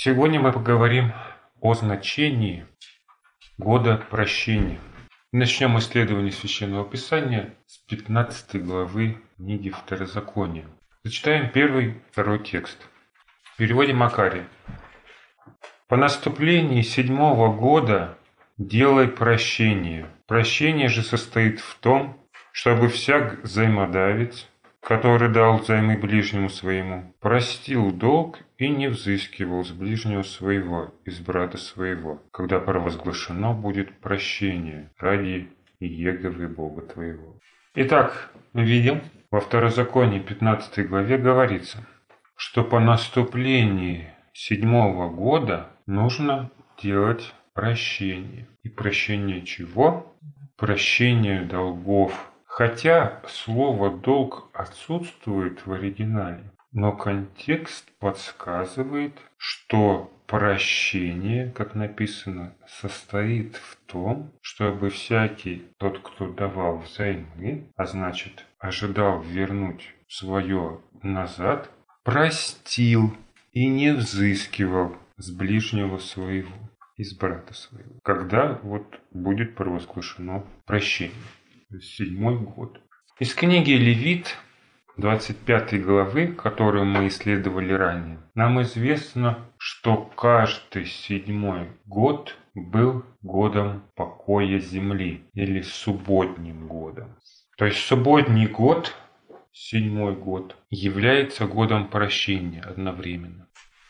Сегодня мы поговорим о значении года прощения. Начнем исследование Священного Писания с 15 главы книги Второзакония. Зачитаем первый-второй текст. В переводе Макария. «По наступлении 7-го года делай прощение. Прощение же состоит в том, чтобы всяк взаимодавец, который дал взаймы ближнему своему, простил долг и не взыскивал с ближнего своего и с брата своего, когда провозглашено будет прощение ради Иеговы Бога твоего». Итак, мы видим, во Второзаконии 15 главе говорится, что по наступлении 7-го года нужно делать прощение. И прощение чего? Прощение долгов. Хотя слово «долг» отсутствует в оригинале, но контекст подсказывает, что прощение, как написано, состоит в том, чтобы всякий тот, кто давал взаймы, а значит ожидал вернуть свое назад, простил и не взыскивал с ближнего своего и с брата своего, когда будет провозглашено прощение. 7-й год. Из книги Левит, 25 главы, которую мы исследовали ранее, нам известно, что каждый 7-й год был годом покоя земли или субботним годом. То есть субботний год, 7-й год, является годом прощения одновременно.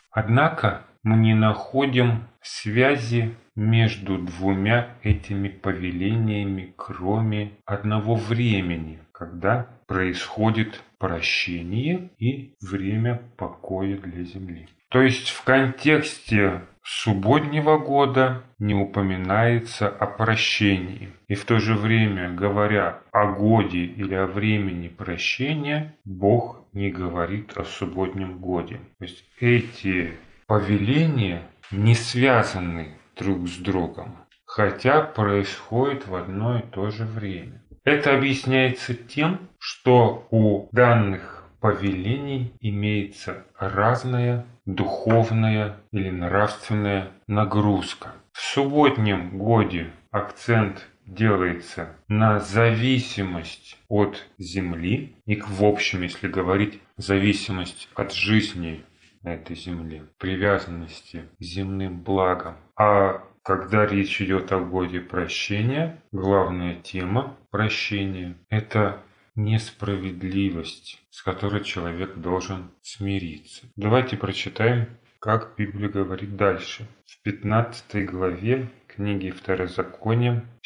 Однако мы не находим связи между двумя этими повелениями, кроме одного времени, когда происходит прощение и время покоя для земли. То есть в контексте субботнего года не упоминается о прощении. И в то же время, говоря о годе или о времени прощения, Бог не говорит о субботнем годе. То есть эти повеления не связаны друг с другом, хотя происходит в одно и то же время. Это объясняется тем, что у данных повелений имеется разная духовная или нравственная нагрузка. В субботнем годе акцент делается на зависимость от земли, и в общем, если говорить, зависимость от жизни на этой земле, привязанности к земным благам. А когда речь идет о годе прощения, главная тема прощения – это несправедливость, с которой человек должен смириться. Давайте прочитаем, как Библия говорит дальше. В 15 главе книги Второзакония с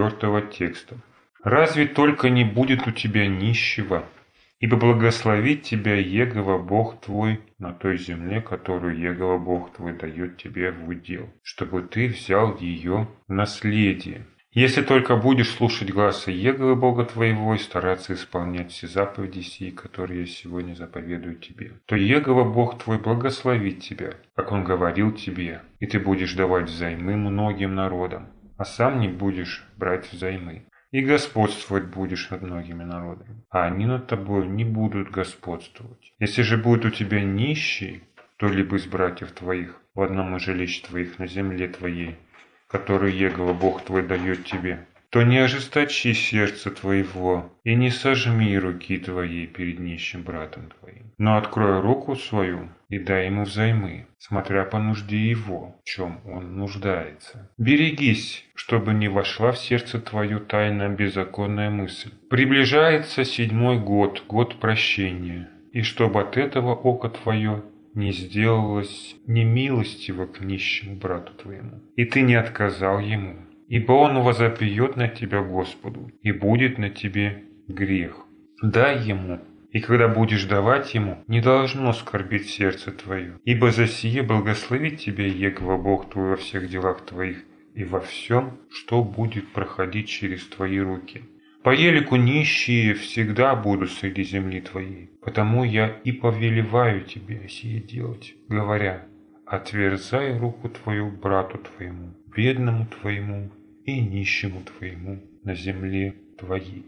4 текста. «Разве только не будет у тебя нищего? Ибо благословит тебя Иегова Бог твой на той земле, которую Иегова Бог твой дает тебе в удел, чтобы ты взял ее в наследие. Если только будешь слушать гласа Иеговы Бога твоего и стараться исполнять все заповеди сии, которые я сегодня заповедую тебе, то Иегова Бог твой благословит тебя, как Он говорил тебе, и ты будешь давать взаймы многим народам, а сам не будешь брать взаймы. И господствовать будешь над многими народами, а они над тобой не будут господствовать. Если же будет у тебя нищий, кто-либо из братьев твоих, в одном из жилищ твоих на земле твоей, которую Иегова Бог твой дает тебе, то не ожесточи сердце твоего и не сожми руки твоей перед нищим братом твоим, но открой руку свою и дай ему взаймы, смотря по нужде его, в чем он нуждается. Берегись, чтобы не вошла в сердце твое тайная беззаконная мысль. Приближается 7-й год, год прощения, и чтобы от этого око твое не сделалось немилостиво к нищему брату твоему, и ты не отказал ему, ибо он возопьет на тебя Господу, и будет на тебе грех. Дай ему, и когда будешь давать ему, не должно скорбить сердце твое, ибо за сие благословит тебя Иегова Бог твой во всех делах твоих и во всем, что будет проходить через твои руки. По елику нищие всегда будут среди земли твоей, потому я и повелеваю тебе сие делать, говоря: отверзай руку твою брату твоему, бедному твоему и нищему твоему на земле твоей».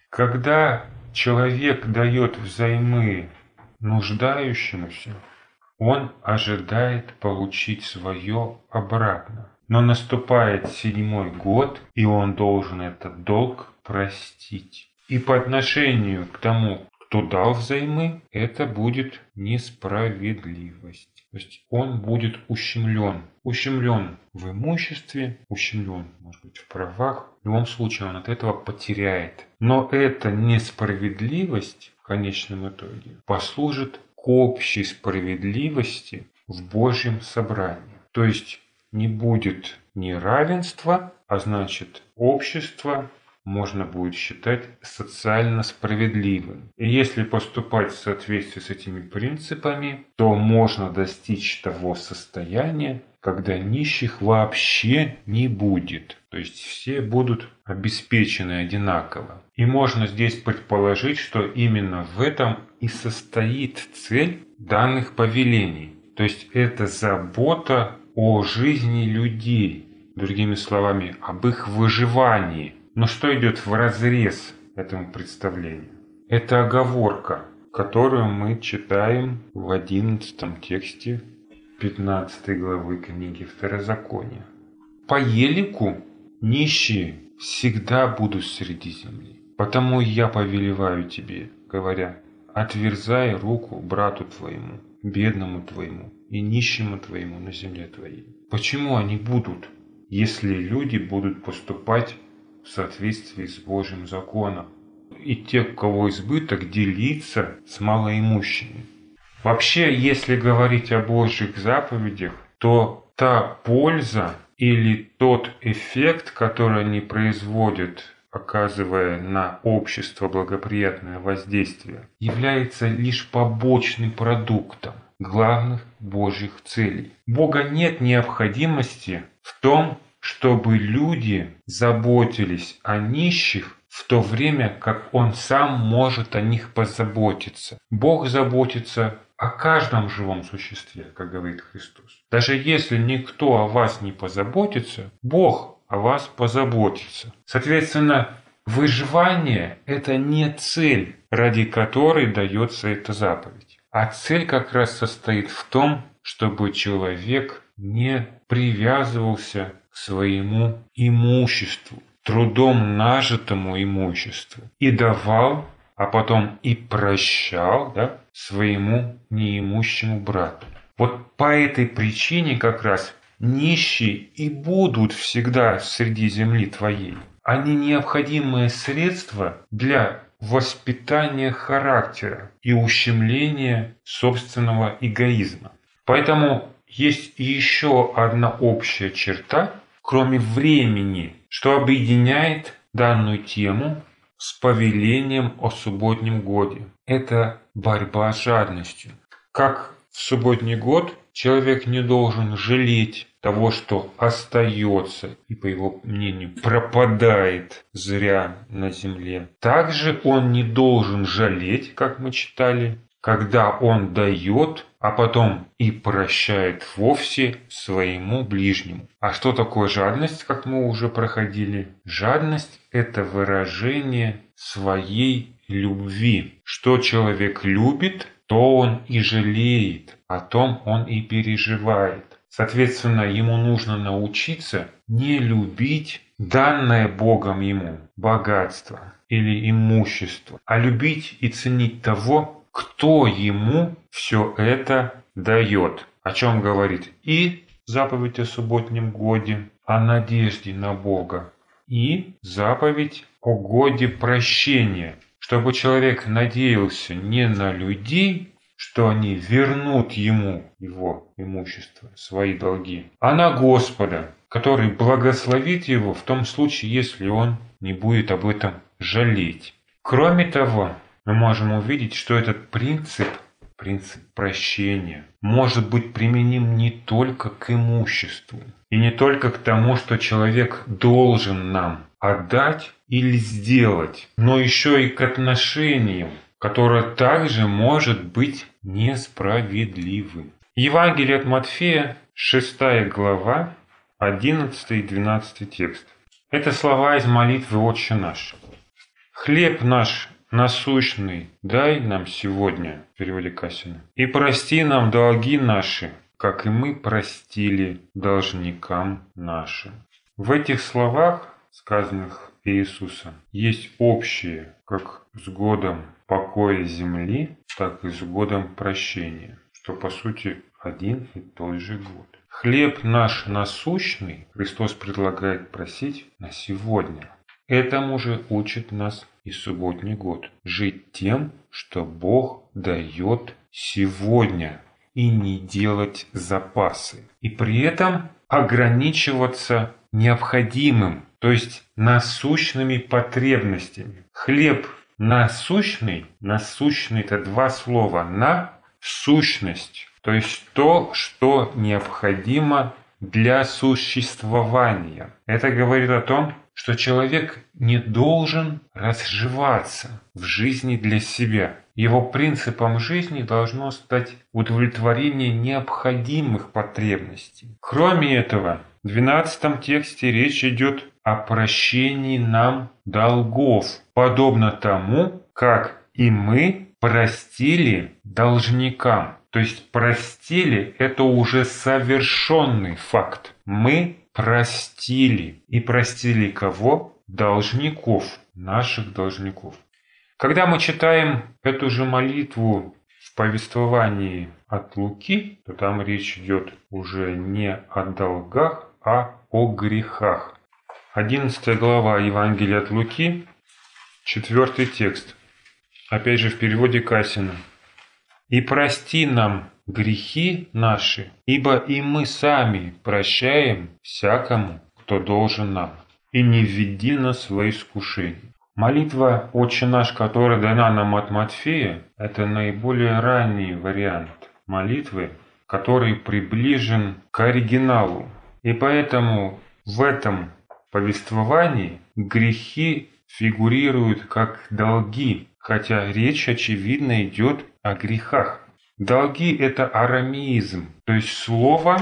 Когда человек дает взаймы нуждающемуся, он ожидает получить свое обратно. Но наступает 7-й год, и он должен этот долг простить. И по отношению к тому, кто дал взаймы, это будет несправедливость. То есть он будет ущемлен. Ущемлен в имуществе, ущемлен, может быть, в правах. В любом случае он от этого потеряет. Но эта несправедливость в конечном итоге послужит к общей справедливости в Божьем собрании. То есть не будет неравенства, а значит общество можно будет считать социально справедливым. И если поступать в соответствии с этими принципами, то можно достичь того состояния, когда нищих вообще не будет. То есть все будут обеспечены одинаково. И можно здесь предположить, что именно в этом и состоит цель данных повелений. То есть это забота о жизни людей, другими словами, об их выживании. Но что идет вразрез этому представлению? Это оговорка, которую мы читаем в 11 тексте 15 главы книги Второзакония. По елику нищие всегда будут среди земли. Потому я повелеваю тебе, говоря, отверзай руку брату твоему, бедному твоему и нищему твоему на земле твоей. Почему они будут, если люди будут поступать в соответствии с Божьим законом, и те, у кого избыток, делиться с малоимущими? Вообще, если говорить о Божьих заповедях, то та польза или тот эффект, который они производят, оказывая на общество благоприятное воздействие, является лишь побочным продуктом главных Божьих целей. Бога нет необходимости в том, чтобы люди заботились о нищих в то время, как Он сам может о них позаботиться. Бог заботится о каждом живом существе, как говорит Христос. Даже если никто о вас не позаботится, Бог о вас позаботится. Соответственно, выживание – это не цель, ради которой дается эта заповедь. А цель как раз состоит в том, чтобы человек не привязывался к своему имуществу, трудом нажитому имуществу, и давал, а потом и прощал, своему неимущему брату. Вот по этой причине как раз нищие и будут всегда среди земли твоей. Они необходимые средства для воспитания характера и ущемления собственного эгоизма. Поэтому есть еще одна общая черта, кроме времени, что объединяет данную тему с повелением о субботнем годе. Это борьба с жадностью. Как в субботний год человек не должен жалеть того, что остается и, по его мнению, пропадает зря на земле. Также он не должен жалеть, как мы читали, когда он дает, а потом и прощает вовсе своему ближнему. А что такое жадность, как мы уже проходили? Жадность – это выражение своей любви. Что человек любит, то он и жалеет, о том он и переживает. Соответственно, ему нужно научиться не любить данное Богом ему богатство или имущество, а любить и ценить того, кто ему все это дает. О чем говорит и заповедь о субботнем годе, о надежде на Бога, и заповедь о годе прощения, чтобы человек надеялся не на людей, что они вернут ему его имущество, свои долги, а на Господа, который благословит его в том случае, если он не будет об этом жалеть. Кроме того, мы можем увидеть, что этот принцип прощения, может быть применим не только к имуществу и не только к тому, что человек должен нам отдать или сделать, но еще и к отношениям, которое также может быть несправедливым. Евангелие от Матфея, 6 глава, 11 и 12 текст. Это слова из молитвы «Отче наш». «Хлеб наш насущный дай нам сегодня, в переводе Кассина, и прости нам долги наши, как и мы простили должникам нашим. В этих словах, сказанных Иисусом, есть общее, как с годом покоя земли, так и с годом прощения, что по сути один и тот же год. Хлеб наш насущный Христос предлагает просить на сегодня. Этому же учит нас и субботний год. Жить тем, что Бог дает сегодня, и не делать запасы. И при этом ограничиваться необходимым, то есть насущными потребностями. Хлеб насущный, насущный это два слова, на сущность, то есть то, что необходимо для существования. Это говорит о том, что человек не должен разживаться в жизни для себя. Его принципом жизни должно стать удовлетворение необходимых потребностей. Кроме этого, в 12 тексте речь идет о прощении нам долгов, подобно тому, как и мы простили должникам. То есть простили – это уже совершенный факт. Мы простили. И простили кого? Должников, наших должников. Когда мы читаем эту же молитву в повествовании от Луки, то там речь идет уже не о долгах, а о грехах. 11 глава Евангелия от Луки, 4 текст. Опять же в переводе Кассина. «И прости нам грехи наши, ибо и мы сами прощаем всякому, кто должен нам, и не введи нас во искушение». Молитва «Отче наш», которая дана нам от Матфея, это наиболее ранний вариант молитвы, который приближен к оригиналу. И поэтому в этом повествовании грехи фигурируют как долги, хотя речь, очевидно, идет о грехах. Долги – это арамеизм, то есть слово,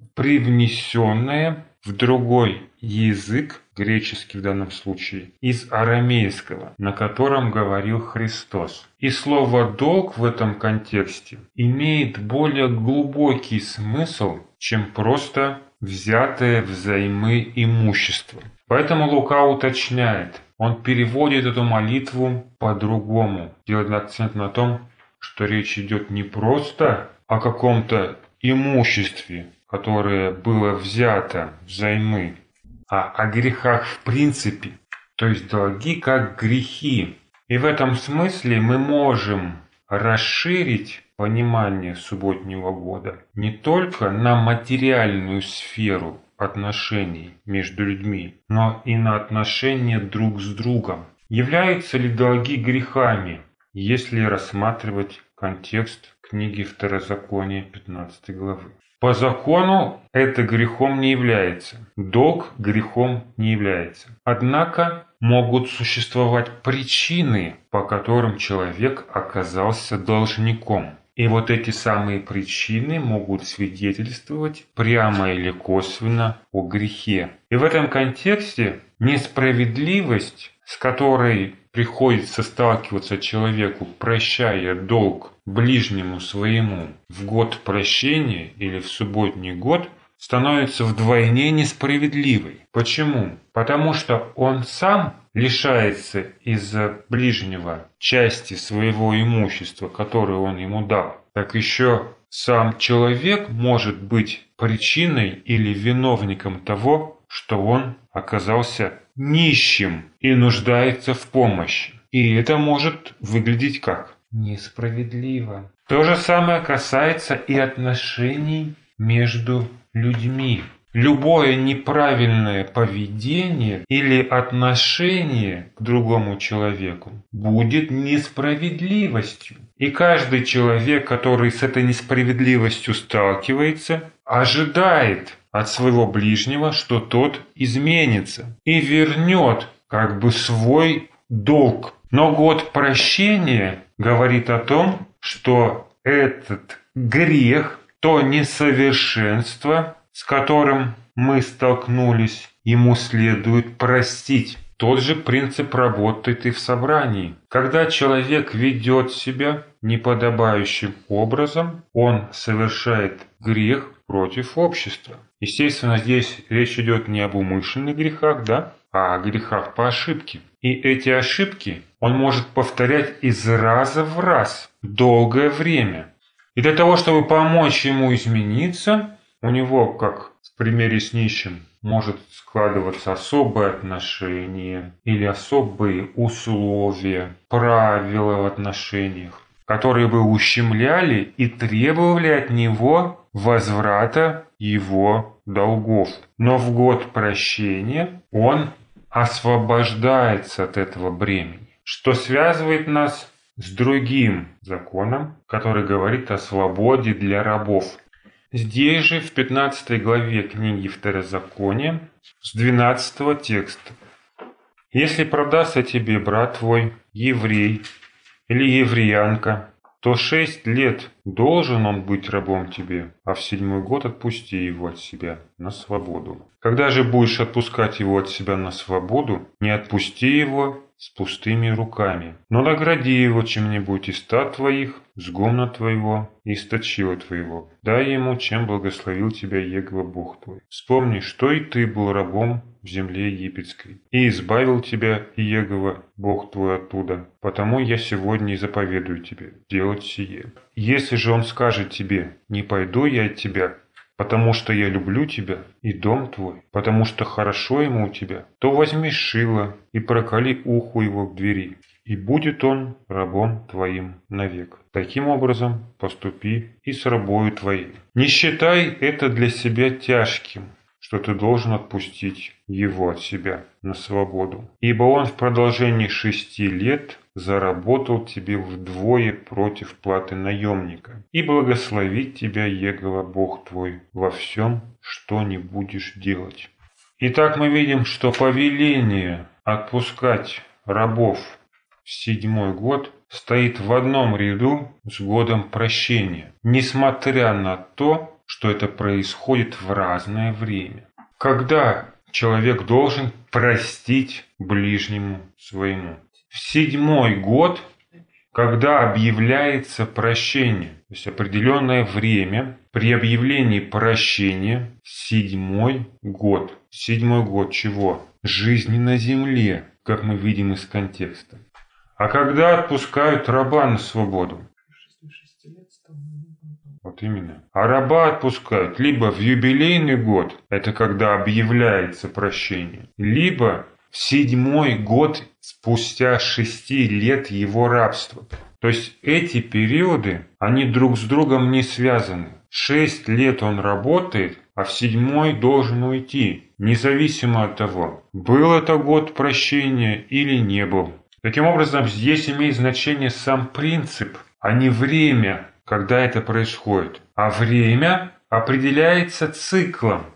привнесенное в другой язык, греческий в данном случае, из арамейского, на котором говорил Христос. И слово «долг» в этом контексте имеет более глубокий смысл, чем просто взятое взаймы имущество. Поэтому Лука уточняет, он переводит эту молитву по-другому, делает акцент на том, что речь идет не просто о каком-то имуществе, которое было взято взаймы, а о грехах в принципе, то есть долги как грехи. И в этом смысле мы можем расширить понимание субботнего года не только на материальную сферу отношений между людьми, но и на отношения друг с другом. Являются ли долги грехами, если рассматривать контекст книги Второзакония 15 главы? По закону это грехом не является, долг грехом не является. Однако могут существовать причины, по которым человек оказался должником. И вот эти самые причины могут свидетельствовать прямо или косвенно о грехе. И в этом контексте несправедливость, с которой приходится сталкиваться человеку, прощая долг ближнему своему в год прощения или в субботний год, становится вдвойне несправедливой. Почему? Потому что он сам лишается из-за ближнего части своего имущества, которое он ему дал. Так еще сам человек может быть причиной или виновником того, что он оказался нищим и нуждается в помощи. И это может выглядеть как несправедливо. То же самое касается и отношений между людьми. Любое неправильное поведение или отношение к другому человеку будет несправедливостью. И каждый человек, который с этой несправедливостью сталкивается, ожидает от своего ближнего, что тот изменится и вернет свой долг. Но год прощения говорит о том, что этот грех, то несовершенство, с которым мы столкнулись, ему следует простить. Тот же принцип работает и в собрании. Когда человек ведет себя неподобающим образом, он совершает грех против общества. Естественно, здесь речь идет не об умышленных грехах, да, а о грехах по ошибке. И эти ошибки он может повторять из раза в раз долгое время. И для того, чтобы помочь ему измениться, у него, как в примере с нищим, может складываться особое отношение или особые условия, правила в отношениях, которые бы ущемляли и требовали от него возврата его долгов. Но в год прощения он освобождается от этого бремени, что связывает нас с другим законом, который говорит о свободе для рабов. Здесь же в 15 главе книги Второзакония с 12 текста. «Если продастся тебе брат твой, еврей или евреянка, то 6 лет должен он быть рабом тебе, а в 7-й год отпусти его от себя на свободу. Когда же будешь отпускать его от себя на свободу, не отпусти его с пустыми руками, но награди его чем-нибудь из стад твоих, с гумна твоего и из точила твоего. Дай ему, чем благословил тебя Егова Бог твой. Вспомни, что и ты был рабом в земле египетской, и избавил тебя Егова Бог твой оттуда. Потому я сегодня и заповедую тебе делать сие. Если же он скажет тебе: не пойду я от тебя, потому что я люблю тебя и дом твой, потому что хорошо ему у тебя, то возьми шило и проколи уху его к двери, и будет он рабом твоим навек. Таким образом поступи и с рабою твоей. Не считай это для себя тяжким, что ты должен отпустить его от себя на свободу, ибо он в продолжении 6 лет заработал тебе вдвое против платы наемника, и благословит тебя Егова Бог твой во всем, что не будешь делать». Итак, мы видим, что повеление отпускать рабов в 7-й год стоит в одном ряду с годом прощения, несмотря на то, что это происходит в разное время. Когда человек должен простить ближнему своему? В 7-й год, когда объявляется прощение, то есть определенное время при объявлении прощения, 7-й год. 7-й год чего? Жизни на земле, как мы видим из контекста. А когда отпускают раба на свободу? Вот именно. А раба отпускают либо в юбилейный год, это когда объявляется прощение, либо в 7-й год спустя 6 лет его рабства. То есть эти периоды, они друг с другом не связаны. 6 лет он работает, а в 7-й должен уйти, независимо от того, был это год прощения или не был. Таким образом, здесь имеет значение сам принцип, а не время, когда это происходит. А время определяется циклом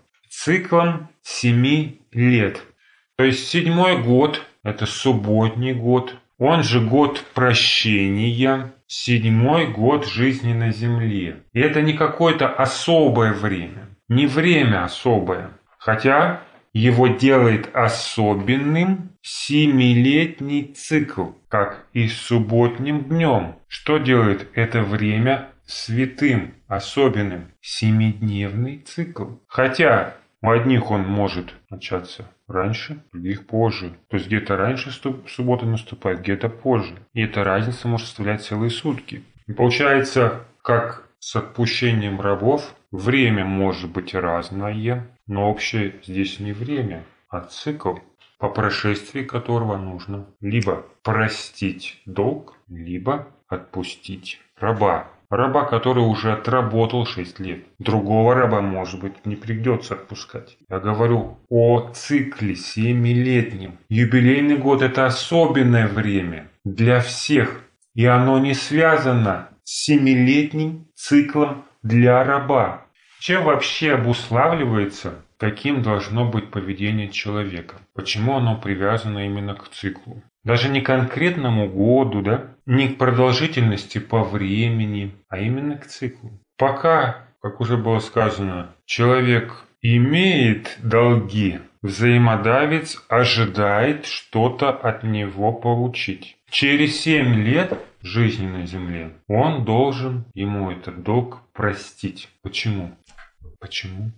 7 лет. То есть 7-й год – это субботний год, он же год прощения, 7-й год жизни на земле. И это не какое-то особое время, не время особое, хотя его делает особенным 7-летний цикл, как и с субботним днем. Что делает это время святым, особенным? 7-дневный цикл. Хотя у одних он может начаться раньше, у других позже. То есть где-то раньше суббота наступает, где-то позже. И эта разница может составлять целые сутки. И получается, как с отпущением рабов, время может быть разное, но общее здесь не время, а цикл, по прошествии которого нужно либо простить долг, либо отпустить раба. Раба, который уже отработал 6 лет. Другого раба, может быть, не придется отпускать. Я говорю о цикле 7-летнем. Юбилейный год – это особенное время для всех. И оно не связано с 7-летним циклом для раба. Чем вообще обуславливается, каким должно быть поведение человека? Почему оно привязано именно к циклу? Даже не к конкретному году, да? Не к продолжительности по времени, а именно к циклу. Пока, как уже было сказано, человек имеет долги, взаимодавец ожидает что-то от него получить. Через 7 лет жизни на земле он должен ему этот долг простить. Почему? Почему?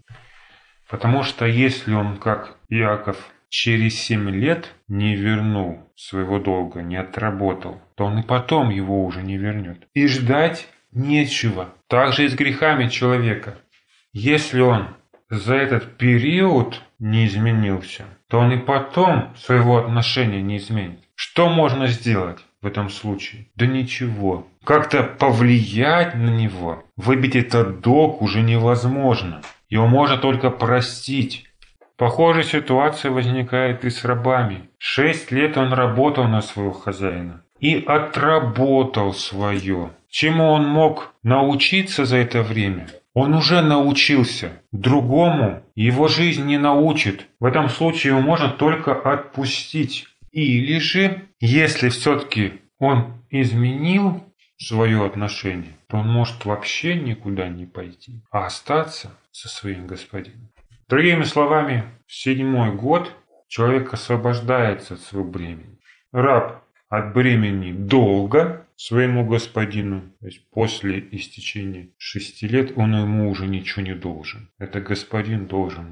Потому что если он, как Иаков, через 7 лет не вернул своего долга, не отработал, то он и потом его уже не вернет. И ждать нечего. Так же и с грехами человека. Если он за этот период не изменился, то он и потом своего отношения не изменит. Что можно сделать в этом случае? Да ничего. Как-то повлиять на него, выбить этот долг уже невозможно. Его можно только простить. Похожая ситуация возникает и с рабами. 6 лет он работал на своего хозяина и отработал свое. Чему он мог научиться за это время? Он уже научился. Другому его жизнь не научит. В этом случае его можно только отпустить. Или же, если все-таки он изменил свое отношение, то он может вообще никуда не пойти, а остаться со своим господином. Другими словами, в 7-й год человек освобождается от своего бремени. Раб от бремени долга своему господину, то есть после истечения 6 лет он ему уже ничего не должен. Это господин должен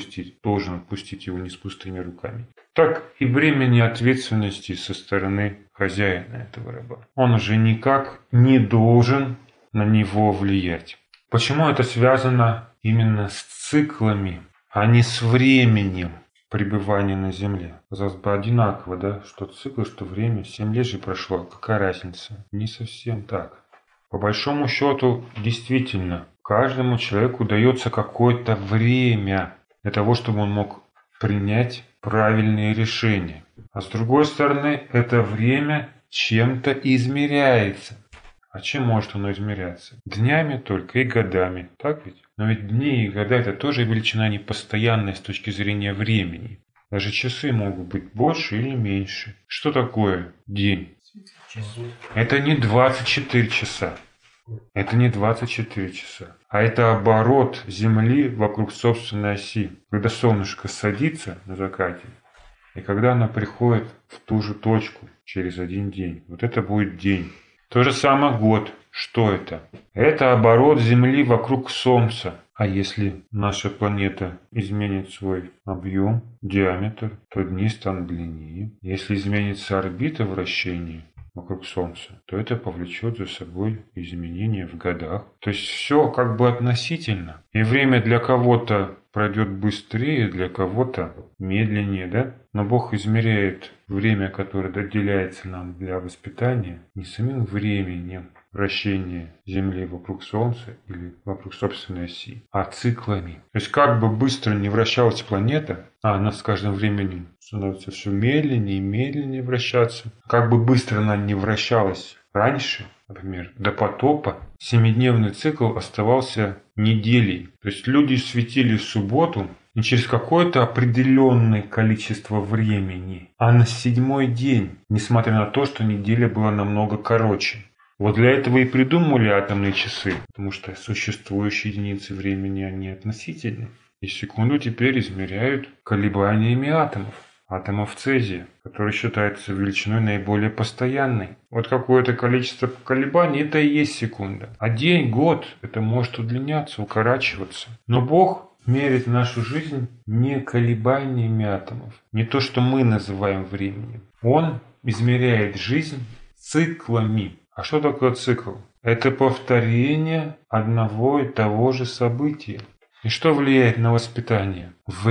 отпустить его не с пустыми руками. Так и бремени ответственности со стороны хозяина этого раба. Он уже никак не должен на него влиять. Почему это связано именно с циклами, а не с временем пребывания на земле? Казалось бы, одинаково, да? Что цикл, что время. 7 лет же прошло. Какая разница? Не совсем так. По большому счету, действительно, каждому человеку дается какое-то время для того, чтобы он мог принять правильные решения. А с другой стороны, это время чем-то измеряется. А чем может оно измеряться? Днями только и годами. Так ведь? Но ведь дни и года — это тоже величина непостоянная с точки зрения времени. Даже часы могут быть больше или меньше. Что такое день? Это не 24 часа. Это не 24 часа. А это оборот Земли вокруг собственной оси. Когда солнышко садится на закате, и когда оно приходит в ту же точку через один день. Вот это будет день. То же самое год. Что это? Это оборот Земли вокруг Солнца. А если наша планета изменит свой объем, диаметр, то дни станут длиннее. Если изменится орбита вращения вокруг Солнца, то это повлечет за собой изменения в годах. То есть все как бы относительно. И время для кого-то пройдет быстрее, для кого-то медленнее, да? Но Бог измеряет время, которое отделяется нам для воспитания, не самим временем вращения Земли вокруг Солнца или вокруг собственной оси, а циклами. То есть как бы быстро не вращалась планета, а она с каждым временем становится все медленнее и медленнее вращаться. Как бы быстро она не вращалась раньше, например, до потопа, 7-дневный цикл оставался неделей. То есть люди светили в субботу не через какое-то определенное количество времени, а на 7-й день, несмотря на то, что неделя была намного короче. Вот для этого и придумали атомные часы, потому что существующие единицы времени, они относительны. И секунду теперь измеряют колебаниями атомов цезия, который считается величиной наиболее постоянной. Вот какое-то количество колебаний — это и есть секунда. А день, год — это может удлиняться, укорачиваться. Но Бог мерит нашу жизнь не колебаниями атомов, не то, что мы называем временем. Он измеряет жизнь циклами. А что такое цикл? Это повторение одного и того же события. И что влияет на воспитание?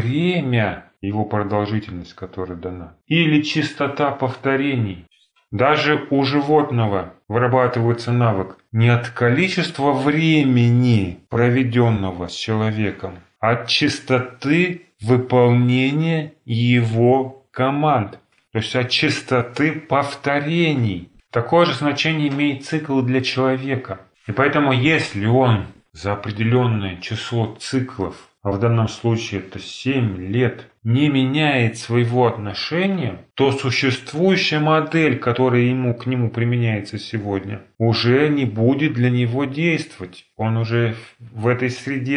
Время, его продолжительность, которая дана, или частота повторений. Даже у животного вырабатывается навык не от количества времени, проведенного с человеком, а от частоты выполнения его команд. То есть от частоты повторений. Такое же значение имеет цикл для человека. И поэтому, если он за определенное число циклов, а в данном случае это 7 лет, не меняет своего отношения, то существующая модель, которая к нему применяется сегодня, уже не будет для него действовать. Он уже в этой среде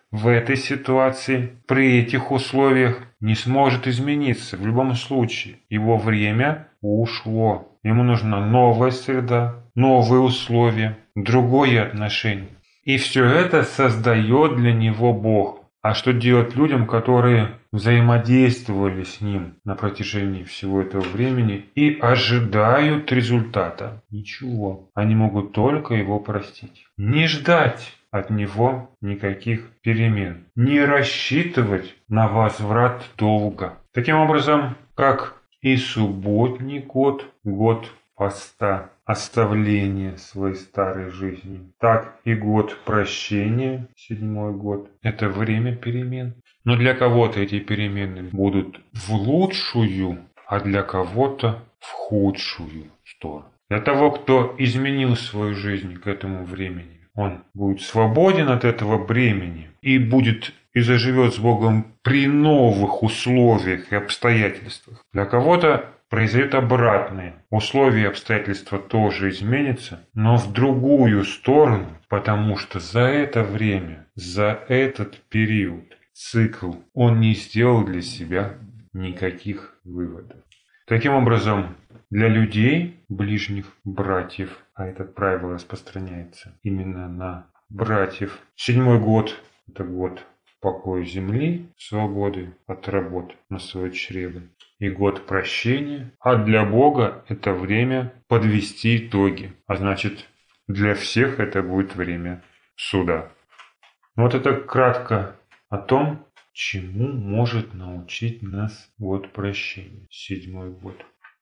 в этой ситуации, при этих условиях не сможет измениться в любом случае. Его время ушло. Ему нужна новая среда, новые условия, другое отношение. И все это создает для него Бог. А что делать людям, которые взаимодействовали с ним на протяжении всего этого времени и ожидают результата? Ничего. Они могут только его простить. Не ждать от него никаких перемен. Не рассчитывать на возврат долга. Таким образом, как и субботний год, год поста, оставления своей старой жизни, так и год прощения, 7-й год, это время перемен. Но для кого-то эти перемены будут в лучшую, а для кого-то в худшую сторону. Для того, кто изменил свою жизнь к этому времени, он будет свободен от этого бремени и будет и заживет с Богом при новых условиях и обстоятельствах. Для кого-то произойдет обратное. Условия и обстоятельства тоже изменятся, но в другую сторону, потому что за это время, за этот период, цикл, он не сделал для себя никаких выводов. Таким образом, для людей, ближних братьев, а это правило распространяется именно на братьев, 7-й год – это год покоя земли, свободы от работ на свое чрево, и год прощения. А для Бога это время подвести итоги. А значит, для всех это будет время суда. Вот это кратко о том, чему может научить нас год прощения, 7-й год.